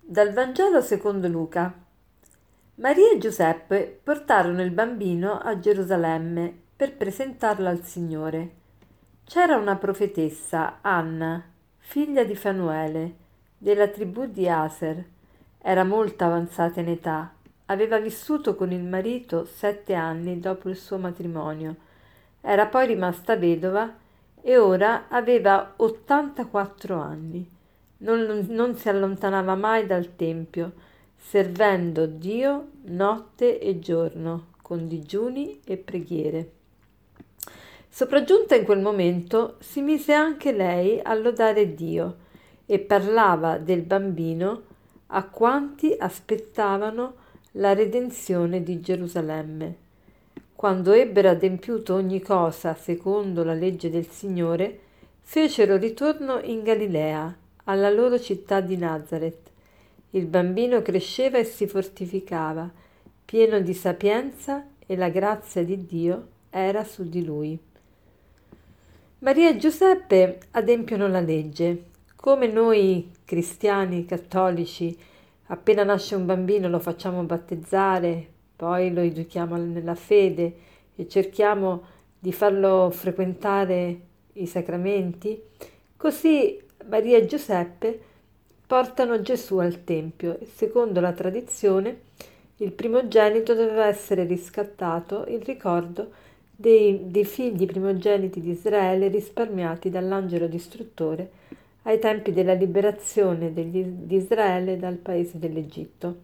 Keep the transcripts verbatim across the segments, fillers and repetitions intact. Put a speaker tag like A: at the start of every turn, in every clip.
A: Dal Vangelo secondo Luca. Maria e Giuseppe portarono il bambino a Gerusalemme per presentarlo al Signore. C'era una profetessa, Anna, figlia di Fanuele, della tribù di Aser. Era molto avanzata in età. Aveva vissuto con il marito sette anni dopo il suo matrimonio. Era poi rimasta vedova e ora aveva ottantaquattro anni. Non, non si allontanava mai dal Tempio, servendo Dio notte e giorno, con digiuni e preghiere. Sopraggiunta in quel momento, si mise anche lei a lodare Dio e parlava del bambino a quanti aspettavano la redenzione di Gerusalemme. Quando ebbero adempiuto ogni cosa secondo la legge del Signore, fecero ritorno in Galilea, alla loro città di Nazaret. Il bambino cresceva e si fortificava, pieno di sapienza, e la grazia di Dio era su di lui. Maria e Giuseppe adempiono la legge. Come noi cristiani cattolici, appena nasce un bambino lo facciamo battezzare, poi lo educhiamo nella fede e cerchiamo di farlo frequentare i sacramenti, così Maria e Giuseppe portano Gesù al Tempio e secondo la tradizione il primogenito doveva essere riscattato in ricordo dei, dei figli primogeniti di Israele risparmiati dall'angelo distruttore ai tempi della liberazione degli, di Israele dal paese dell'Egitto.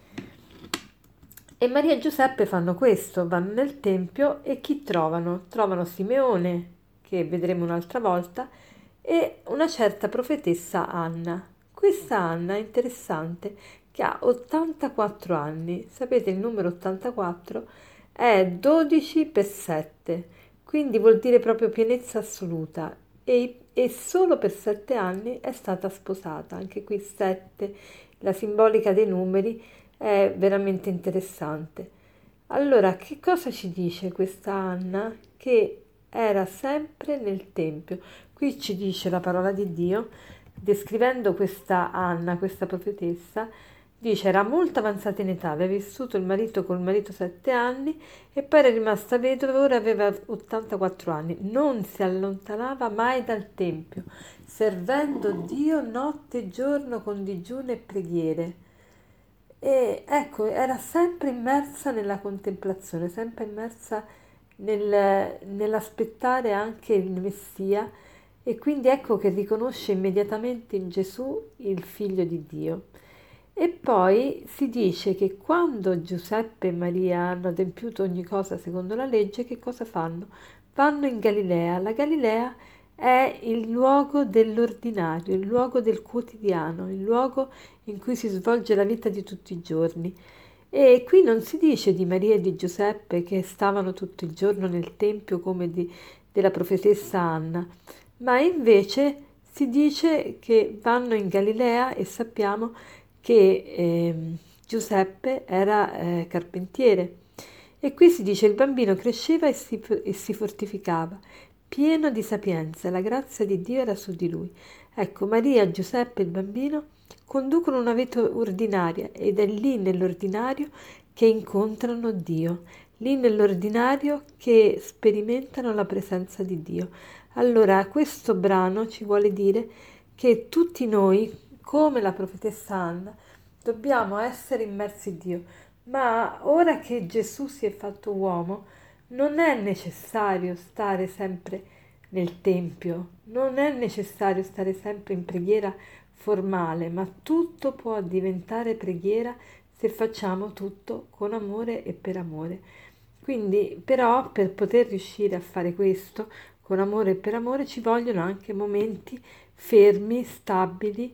A: E Maria e Giuseppe fanno questo, vanno nel Tempio e chi trovano? Trovano Simeone, che vedremo un'altra volta, e una certa profetessa Anna. Questa Anna è interessante, che ha ottantaquattro anni. Sapete, il numero ottantaquattro è dodici per sette, quindi vuol dire proprio pienezza assoluta. E, e solo per sette anni è stata sposata. Anche qui sette, la simbolica dei numeri è veramente interessante. Allora, che cosa ci dice questa Anna? Che era sempre nel Tempio. Qui ci dice la parola di Dio, descrivendo questa Anna, questa profetessa, dice era molto avanzata in età, aveva vissuto il marito col marito sette anni e poi era rimasta vedova, ora aveva ottantaquattro anni. Non si allontanava mai dal Tempio, servendo Dio notte e giorno con digiuni e preghiere. E ecco, era sempre immersa nella contemplazione, sempre immersa nel, nell'aspettare anche il Messia, e quindi ecco che riconosce immediatamente in Gesù il figlio di Dio. E poi si dice che quando Giuseppe e Maria hanno adempiuto ogni cosa secondo la legge, che cosa fanno? Vanno in Galilea. La Galilea è il luogo dell'ordinario, il luogo del quotidiano, il luogo in cui si svolge la vita di tutti i giorni. E qui non si dice di Maria e di Giuseppe che stavano tutto il giorno nel Tempio come di, della profetessa Anna, ma invece si dice che vanno in Galilea e sappiamo che eh, Giuseppe era eh, carpentiere. E qui si dice il bambino cresceva e si, e si fortificava, pieno di sapienza, e la grazia di Dio era su di lui. Ecco, Maria, Giuseppe e il bambino conducono una vita ordinaria ed è lì nell'ordinario che incontrano Dio, lì nell'ordinario che sperimentano la presenza di Dio. Allora, questo brano ci vuole dire che tutti noi, come la profetessa Anna, dobbiamo essere immersi in Dio, ma ora che Gesù si è fatto uomo, non è necessario stare sempre nel Tempio, non è necessario stare sempre in preghiera formale, ma tutto può diventare preghiera se facciamo tutto con amore e per amore. Quindi, però, per poter riuscire a fare questo con amore e per amore ci vogliono anche momenti fermi, stabili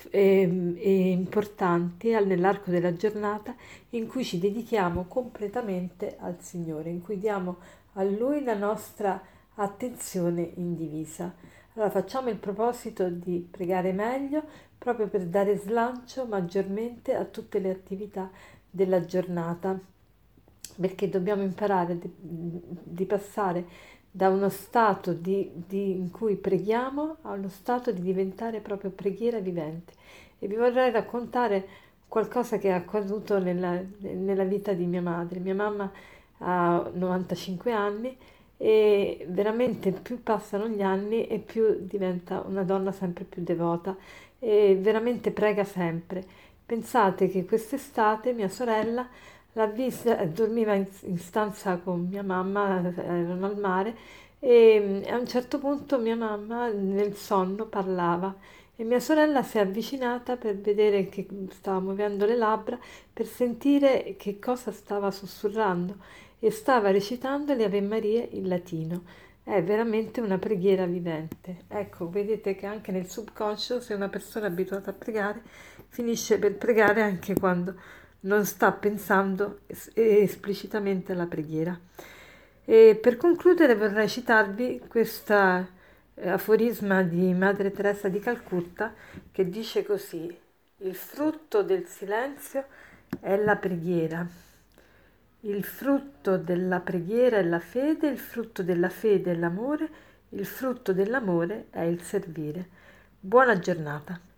A: e, e importanti nell'arco della giornata in cui ci dedichiamo completamente al Signore, in cui diamo a Lui la nostra attenzione indivisa. Allora facciamo il proposito di pregare meglio proprio per dare slancio maggiormente a tutte le attività della giornata, perché dobbiamo imparare di, di passare da uno stato di, di- in cui preghiamo a uno stato di diventare proprio preghiera vivente. E vi vorrei raccontare qualcosa che è accaduto nella, nella vita di mia madre. Mia mamma ha novantacinque anni e veramente più passano gli anni e più diventa una donna sempre più devota e veramente prega sempre. Pensate che quest'estate mia sorella l'ha vista, eh, dormiva in, in stanza con mia mamma, eh, erano al mare e mm, a un certo punto mia mamma nel sonno parlava e mia sorella si è avvicinata per vedere che stava muovendo le labbra, per sentire che cosa stava sussurrando e stava recitando le Ave Marie in latino. È veramente una preghiera vivente. Ecco, vedete che anche nel subconscio, se una persona è abituata a pregare, finisce per pregare anche quando non sta pensando es- esplicitamente alla preghiera. E per concludere vorrei citarvi questo aforisma di Madre Teresa di Calcutta che dice così: il frutto del silenzio è la preghiera, il frutto della preghiera è la fede, il frutto della fede è l'amore, il frutto dell'amore è il servire. Buona giornata.